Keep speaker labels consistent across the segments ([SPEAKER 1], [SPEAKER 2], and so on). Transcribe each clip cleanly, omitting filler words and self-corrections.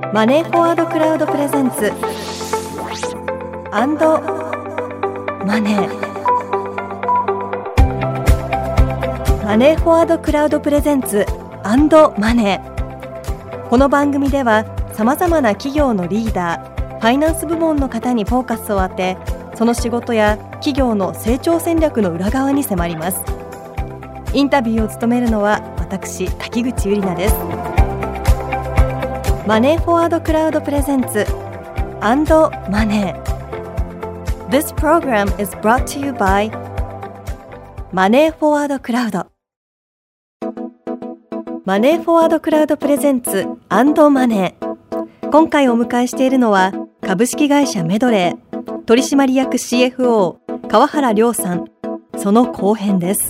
[SPEAKER 1] マネーフォワードクラウドプレゼンツアンドマネー。マネーフォワードクラウドプレゼンツアンドマネー。この番組ではさまざまな企業のリーダー、ファイナンス部門の方にフォーカスを当て、その仕事や企業の成長戦略の裏側に迫ります。インタビューを務めるのは私、滝口ゆりなです。マネーフォワードクラウドプレゼンツアンドマネー。This program is brought to you by マネーフォワードクラウド。マネーフォワードクラウドプレゼンツアンドマネー。今回お迎えしているのは株式会社メドレー取締役 CFO 川原亮さん。その後編です。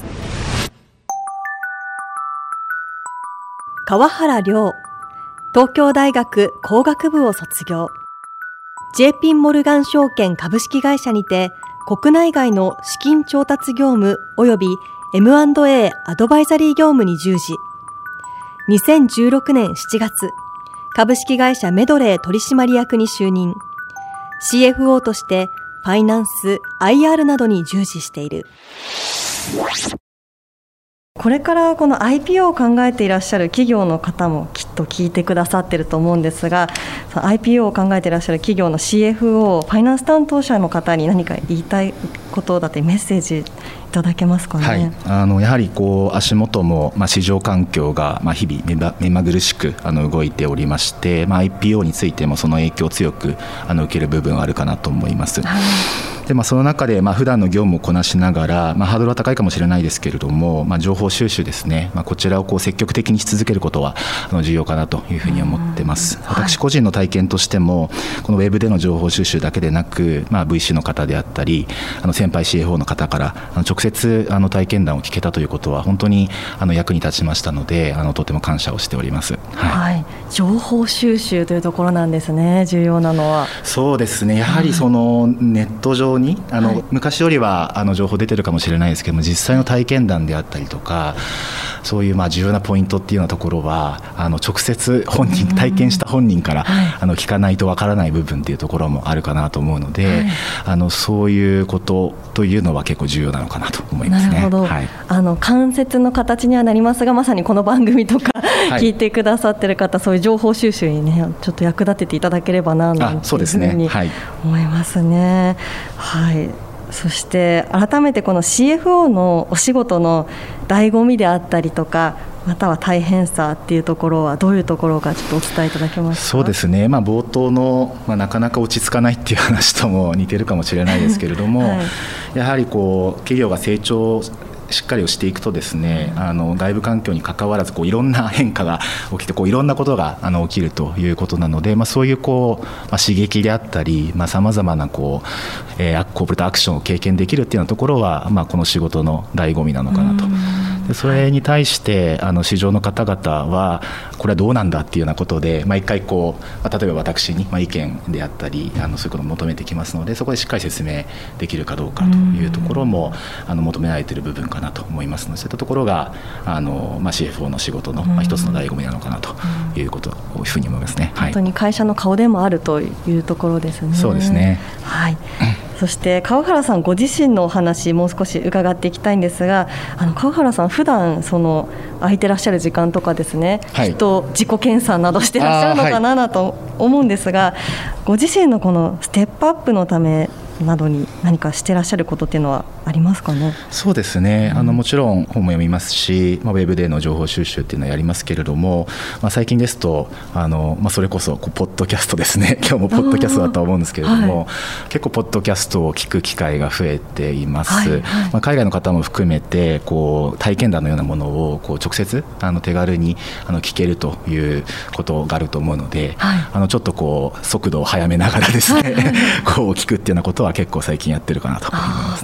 [SPEAKER 1] 川原亮、東京大学工学部を卒業。JP モルガン証券株式会社にて国内外の資金調達業務及び M&A アドバイザリー業務に従事。2016年7月、株式会社メドレー取締役に就任。CFO としてファイナンス、IR などに従事している。これからこの IPO を考えていらっしゃる企業の方もきっと聞いてくださっていると思うんですが、その IPO を考えていらっしゃる企業の CFO、ファイナンス担当者の方に何か言いたいことだってメッセージいただけますかね。
[SPEAKER 2] はい、やはり足元も、市場環境が日々目まぐるしく動いておりまして、IPO についてもその影響を強く受ける部分はあるかなと思います。はい。でその中で普段の業務をこなしながら、ハードルは高いかもしれないですけれども、情報収集ですね、こちらを積極的にし続けることは重要かなというふうに思ってます。私個人の体験としても、このウェブでの情報収集だけでなく、VC の方であったり先輩 CFO の方から直接体験談を聞けたということは本当に役に立ちましたので、とても感謝をしております。
[SPEAKER 1] はい。情報収集というところなんですね、重要なのは。
[SPEAKER 2] そうですね、やはりそのネット上に昔よりは情報出てるかもしれないですけども、実際の体験談であったりとか、そういう重要なポイントっていうようなところは直接体験した本人から聞かないとわからない部分っていうところもあるかなと思うので、そういうことというのは結構重要なのかなと思いますね。
[SPEAKER 1] なるほど。はい、間接の形にはなりますが、まさにこの番組とか聞いてくださってる方、そういう情報収集にねちょっと役立てていただければななんていうふうに思いますね。はい。そして改めてこの CFO のお仕事の醍醐味であったりとか、または大変さっていうところはどういうところかちょっとお伝えいただけますか。
[SPEAKER 2] そうですね、冒頭の、なかなか落ち着かないっていう話とも似てるかもしれないですけれども、はい、やはり企業が成長しっかりをしていくとですね、外部環境に関わらずいろんな変化が起きていろんなことが起きるということなので、そういう刺激であったりさまざまなコーポレートアクションを経験できるっていうようなところは、この仕事の醍醐味なのかなと。でそれに対して市場の方々はこれはどうなんだっていうようなことで、一回例えば私に意見であったりそういうことを求めてきますので、そこでしっかり説明できるかどうかというところも求められている部分かなと思いますので、そういったところがCFO の仕事の一つの醍醐味なのかなということをふうに思いますね。
[SPEAKER 1] 本当に会社の顔でもあるというところですね。
[SPEAKER 2] そうですね。
[SPEAKER 1] はい。そして川原さんご自身のお話もう少し伺っていきたいんですが、川原さん普段空いてらっしゃる時間とかですね、きっと自己研鑽などしてらっしゃるのかなと思うんですが、ご自身のこのステップアップのためなどに何かしてらっしゃることっていうのはありますかね。
[SPEAKER 2] そうですね、もちろん本も読みますし、ウェブでの情報収集っていうのはやりますけれども、最近ですとそれこそポッドキャストですね。今日もポッドキャストだと思うんですけれども、結構ポッドキャストを聞く機会が増えています。海外の方も含めて体験談のようなものを直接手軽に聞けるということがあると思うので、ちょっと速度を速めながらですね聞くっていうようなことは結構最近やってるかなと思います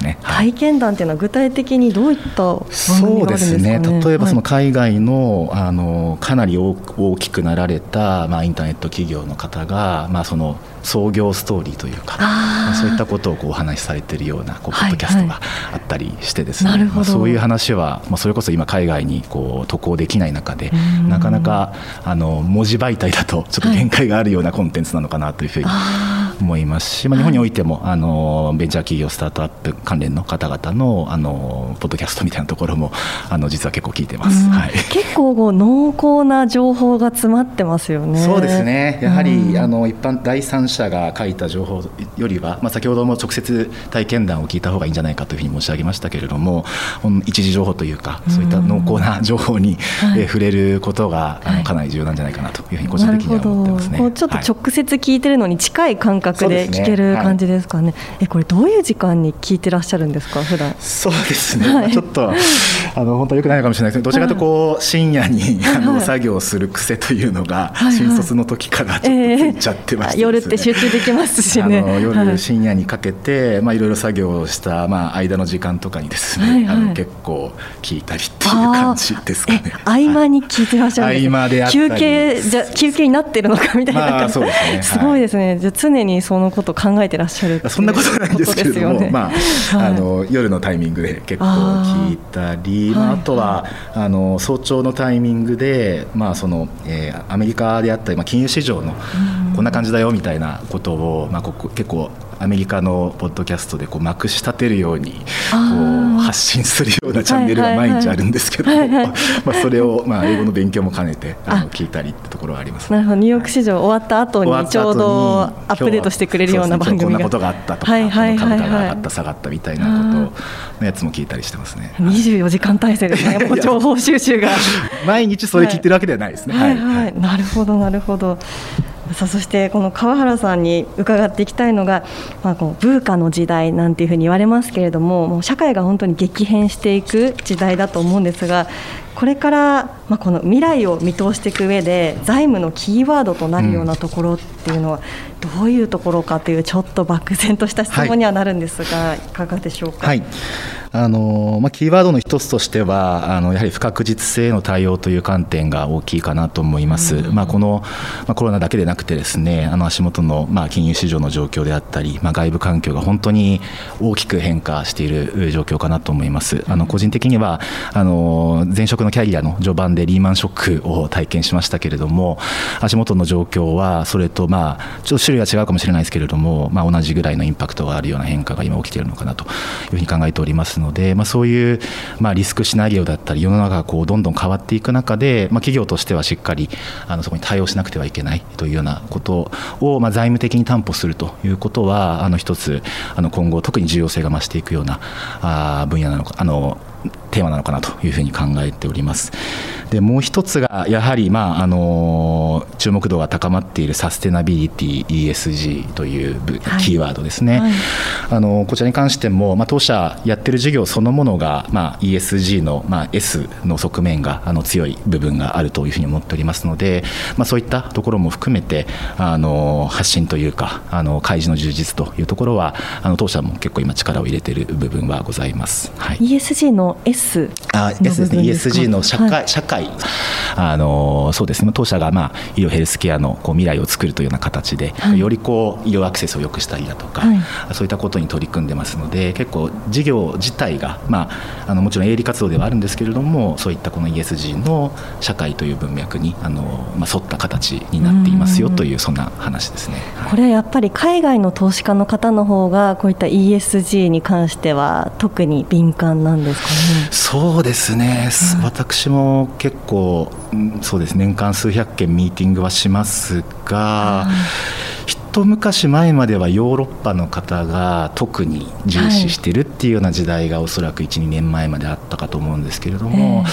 [SPEAKER 2] ね。
[SPEAKER 1] 体験談っていうのは具体的にどういった番組があるんですかね。
[SPEAKER 2] そうですね、例えばその海外の、かなり大きくなられた、インターネット企業の方が、その創業ストーリーというか、そういったことをお話しされているようなポッドキャストがあったりしてですね、そういう話は、それこそ今海外に渡航できない中で、なかなか文字媒体だとちょっと限界があるようなコンテンツなのかなというふうに思いますし、日本においてもベンチャー企業スタートアップ関連の方々のポッドキャストみたいなところも実は結構聞いてます。
[SPEAKER 1] 結構濃厚な情報が詰まってますよね。
[SPEAKER 2] そうですね、やはり一般第三者が書いた情報よりは、先ほども直接体験談を聞いた方がいいんじゃないかというふうに申し上げましたけれども、一時情報というかそういった濃厚な情報に触れることがかなり重要なんじゃないかなというふうに個人的には思ってますね。
[SPEAKER 1] ちょっと直接聞いてるのに近い感覚で聞ける感じですかね。これどういう時間に聞いてらっしゃるんですか、普段。
[SPEAKER 2] そうですね、ちょっと本当は良くないのかもしれないですけど、どちらかというと深夜に作業する癖というのが新卒の時からちょっとついちゃってましてですね、
[SPEAKER 1] 夜って集中できますしね。
[SPEAKER 2] 夜深夜にかけて、いろいろ作業をした、間の時間とかにですね、結構聞いたりっていう感じですかね。
[SPEAKER 1] 合間に聞いてらっしゃるんですか。
[SPEAKER 2] 合間であったり、
[SPEAKER 1] 休憩になってるのかみたいな、
[SPEAKER 2] そうですね、
[SPEAKER 1] すごいですね。じゃあ常にそのことを考えてらっしゃるっていう。
[SPEAKER 2] そんなことないんですけれども、夜のタイミングで結構聞いたり、あとは早朝のタイミングで、アメリカであったり、金融市場のこんな感じだよみたいなことを、結構アメリカのポッドキャストでまくし立てるように発信するようなチャンネルが毎日あるんですけど、それを英語の勉強も兼ねて聞いたりってところはあります。
[SPEAKER 1] なるほど、ニューヨーク市場終わった後にちょうどアップデートしてくれるような番組が、
[SPEAKER 2] こんなことがあったとか、株価が上がった下がったみたいなことのやつも聞いたりしてますね。
[SPEAKER 1] 24時間体制ですね。もう情報収集が
[SPEAKER 2] 毎日それ聞いてるわけではないですね。
[SPEAKER 1] なるほどなるほど。そしてこの川原さんに伺っていきたいのが、こうVUCAの時代なんていうふうに言われますけれども、もう社会が本当に激変していく時代だと思うんですが、これから、この未来を見通していく上で財務のキーワードとなるようなところっていうのはどういうところかという、ちょっと漠然とした質問にはなるんですが、いかがでしょうか。
[SPEAKER 2] キーワードの一つとしてはやはり不確実性への対応という観点が大きいかなと思います。この、コロナだけでなくてですね、足元の、金融市場の状況であったり、外部環境が本当に大きく変化している状況かなと思います。個人的には前職のキャリアの序盤でリーマンショックを体験しましたけれども、足元の状況はそれとちょっと種類は違うかもしれないですけれども、同じぐらいのインパクトがあるような変化が今起きているのかなというふうに考えておりますので、そういうリスクシナリオだったり世の中がどんどん変わっていく中で、企業としてはしっかりそこに対応しなくてはいけないというようなことを財務的に担保するということは一つ今後特に重要性が増していくような分野なのかテーマなのかなというふうに考えております。でもう一つがやはり、注目度が高まっているサステナビリティ ESG というキーワードですね。こちらに関しても、当社やってる事業そのものが、ESG の、S の側面が強い部分があるというふうに思っておりますので、そういったところも含めて発信というか開示の充実というところは当社も結構今力を入れている部分はございます。
[SPEAKER 1] ESG の S
[SPEAKER 2] ですね、ESG の社会、そうですね、当社が医療ヘルスケアの未来を作るというような形で、より医療アクセスを良くしたりだとか、そういったことに取り組んでますので、結構事業自体が、もちろん営利活動ではあるんですけれども、そういったこの ESG の社会という文脈に沿った形になっていますよという、そんな話ですね。
[SPEAKER 1] これはやっぱり海外の投資家の方の方がこういった ESG に関しては特に敏感なんですかね。
[SPEAKER 2] そうですね、私も結構そうです、年間数百件ミーティングはしますが、一昔前まではヨーロッパの方が特に重視しているっていうような時代がおそらく 1,2 年前まであったかと思うんですけれども、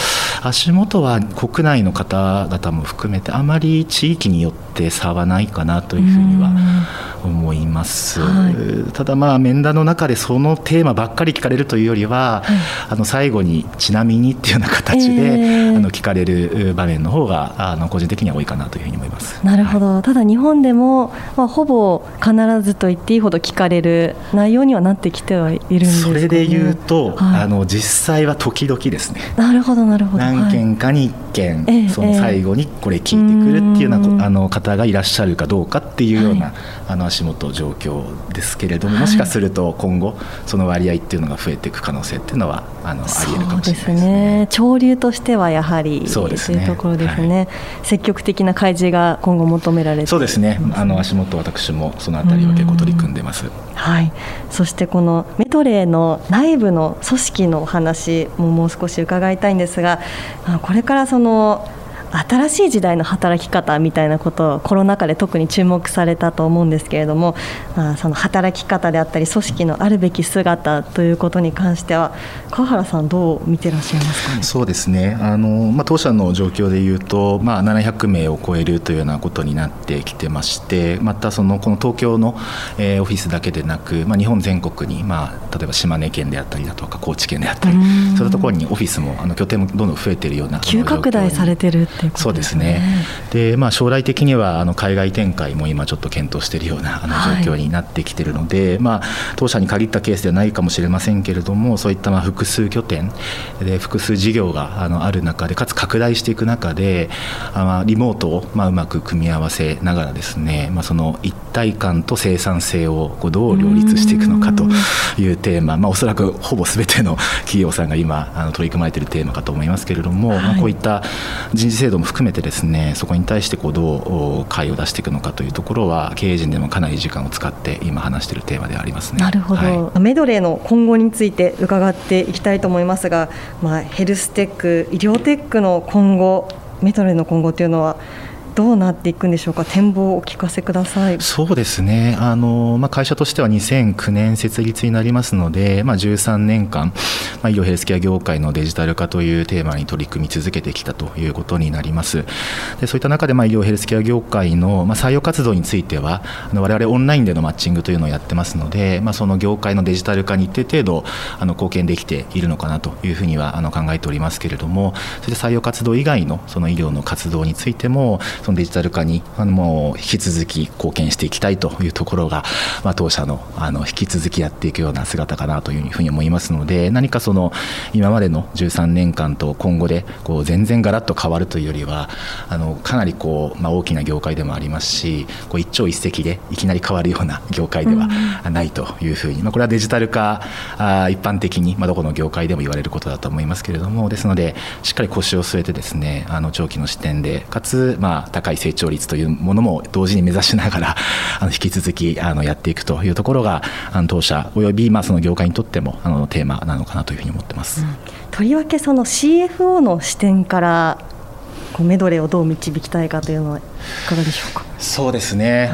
[SPEAKER 2] 足元は国内の方々も含めてあまり地域によって差はないかなというふうには思います、ただ面談の中でそのテーマばっかり聞かれるというよりは、最後にちなみにっていうような形で、聞かれる場面の方が個人的には多いかなというふうに思います。
[SPEAKER 1] なるほど。ただ日本でも、ほぼ必ずと言っていいほど聞かれる内容にはなってきてはいるんですかね。
[SPEAKER 2] それで言うと、実際は時々ですね。
[SPEAKER 1] なるほどなるほど。
[SPEAKER 2] 何件かに1件、その最後にこれ聞いてくるっていうような方がいらっしゃるかどうかっていうような、足元状況ですけれども、もしかすると今後その割合っていうのが増えていく可能性っていうのはあり得るかもしれないですね。そうですね。潮流としてはやはりそうですね、というところですね、積極的な開示が今後求められています。 そうですね。足元私もそのあたりは結構取り組んでます。
[SPEAKER 1] そしてこのメドレーの内部の組織のお話ももう少し伺いたいんですが、これからその新しい時代の働き方みたいなことをコロナ禍で特に注目されたと思うんですけれども、その働き方であったり組織のあるべき姿ということに関しては川原さんどう見てらっしゃいますかね。
[SPEAKER 2] そうですね。当社の状況でいうと、700名を超えるというようなことになってきてまして、またこの東京の、オフィスだけでなく、日本全国に、例えば島根県であったりだとか高知県であったり、そういったところにオフィスも拠点もどんどん増えているような
[SPEAKER 1] 急拡大されてるって
[SPEAKER 2] そうですね。で、将来的には海外展開も今ちょっと検討しているような状況になってきているので、当社に限ったケースではないかもしれませんけれども、そういった複数拠点で複数事業がある中で、かつ拡大していく中で、リモートをうまく組み合わせながらですね、その一体感と生産性をどう両立していくのかというテーマ、おそらくほぼ全ての企業さんが今取り組まれているテーマかと思いますけれども、こういった人事制度も含めてですね、そこに対してどう解を出していくのかというところは経営陣でもかなり時間を使って今話しているテーマではありますね。
[SPEAKER 1] なるほど、メドレーの今後について伺っていきたいと思いますが、ヘルステック、医療テックの今後、メドレーの今後というのはどうなっていくんでしょうか。展望をお聞かせください。
[SPEAKER 2] そうですね。会社としては2009年設立になりますので、13年間、医療ヘルスケア業界のデジタル化というテーマに取り組み続けてきたということになります。で、そういった中で医療ヘルスケア業界の採用活動については我々オンラインでのマッチングというのをやってますので、その業界のデジタル化に一定程度貢献できているのかなというふうには考えておりますけれども、それで採用活動以外のその医療の活動についてもそのデジタル化にもう引き続き貢献していきたいというところが、当社の引き続きやっていくような姿かなというふうに思いますので、何かその今までの13年間と今後で全然ガラッと変わるというよりはかなり大きな業界でもありますし、一朝一夕でいきなり変わるような業界ではないというふうに、これはデジタル化一般的にどこの業界でも言われることだと思いますけれども、ですのでしっかり腰を据えてですね、長期の視点でかつ高い成長率というものも同時に目指しながら引き続きやっていくというところが当社およびその業界にとってもテーマなのかなというふうに思ってます。
[SPEAKER 1] とりわけその CFO の視点からメドレーをどう導きたいかというのはいかがでしょうか。
[SPEAKER 2] そうですね、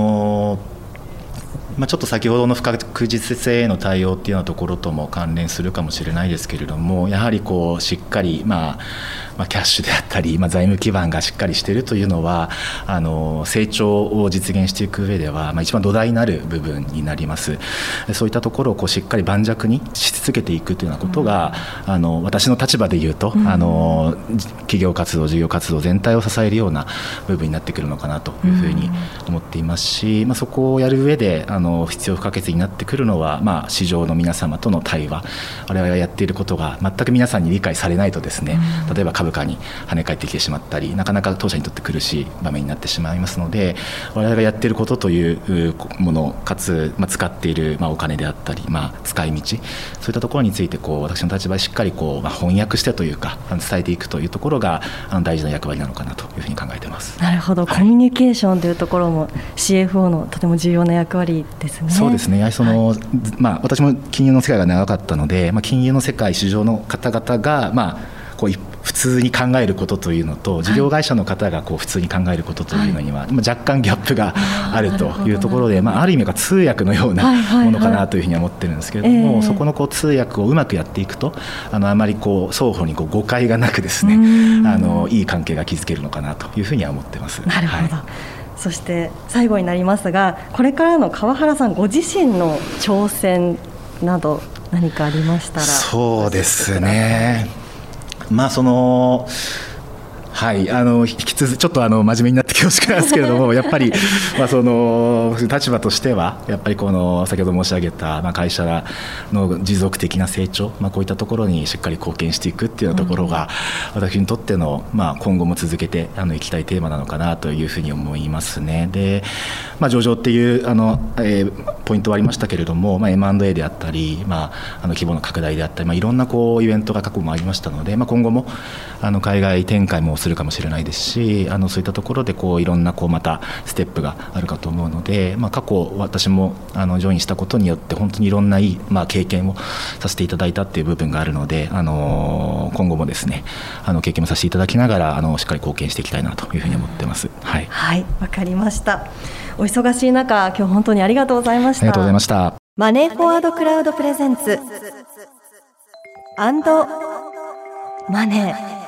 [SPEAKER 2] ちょっと先ほどの不確実性への対応っていうようなところとも関連するかもしれないですけれども、やはりしっかりキャッシュであったり、財務基盤がしっかりしているというのは成長を実現していく上では、一番土台になる部分になります。そういったところをしっかり盤石にし続けていくというようなことが、私の立場で言うと、企業活動事業活動全体を支えるような部分になってくるのかなというふうに思っていますし、そこをやる上で必要不可欠になってくるのは、市場の皆様との対話、我々がやっていることが全く皆さんに理解されないとですね、例えば株価に跳ね返ってきてしまったり、なかなか当社にとって苦しい場面になってしまいますので、我々がやっていることというものかつ、使っているお金であったり、使い道、そういったところについて私の立場でしっかり翻訳してというか伝えていくというところが大事な役割なのかなというふうに考えています。
[SPEAKER 1] なるほど、コミュニケーションというところも CFO のとても重要な役割ですね。
[SPEAKER 2] そうですね。やはり私も金融の世界が長かったので、金融の世界市場の方々が不普通に考えることというのと事業会社の方がこう普通に考えることというのには若干ギャップがあるというところで、ある意味が通訳のようなものかなというふうに思ってるんですけれども、そこのこう通訳をうまくやっていくとあまりこう双方にこう誤解がなくですねいい関係が築けるのかなというふうには思ってます。
[SPEAKER 1] なるほど、そして最後になりますが、これからの川原さんご自身の挑戦など何かありましたら。
[SPEAKER 2] そうですね、引き続きちょっと真面目になって恐縮なんですけれどもやっぱり、その立場としてはやっぱりこの先ほど申し上げた、会社の持続的な成長、こういったところにしっかり貢献していくっていうようなところが、私にとっての、今後も続けていきたいテーマなのかなというふうに思いますね。で、上場っていうポイントはありましたけれども、M&A であったり、規模の拡大であったり、いろんなこうイベントが過去もありましたので、今後も海外展開もするかもしれないですし、そういったところでこういろんなこうまたステップがあるかと思うので、過去私もジョインしたことによって本当にいろんないい、経験をさせていただいたっていう部分があるので、今後もですね経験もさせていただきながらしっかり貢献していきたいなというふうに思ってます。はい、
[SPEAKER 1] わかりました。お忙しい中、今日本当にありがとうございました。
[SPEAKER 2] ありがとうございました。
[SPEAKER 1] マネーフォワードクラウドプレゼンツ&マネー。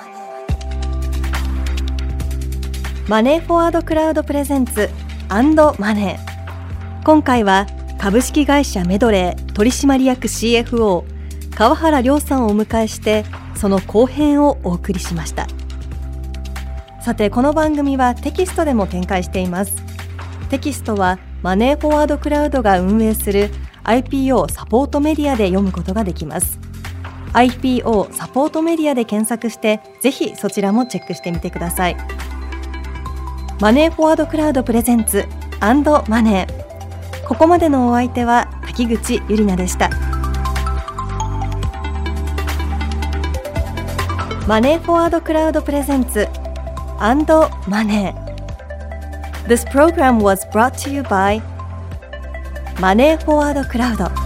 [SPEAKER 1] マネーフォワードクラウドプレゼンツ&マネー。今回は株式会社メドレー取締役 CFO 川原亮さんをお迎えしてその後編をお送りしました。さて、この番組はテキストでも展開しています。テキストはマネーフォワードクラウドが運営する IPO サポートメディアで読むことができます。 IPO サポートメディアで検索してぜひそちらもチェックしてみてください。マネーフォワードクラウドプレゼンツ&マネー。ここまでのお相手は滝口ゆりなでした。マネーフォワードクラウドプレゼンツ&マネー。This program was brought to you by マネーフォワードクラウド。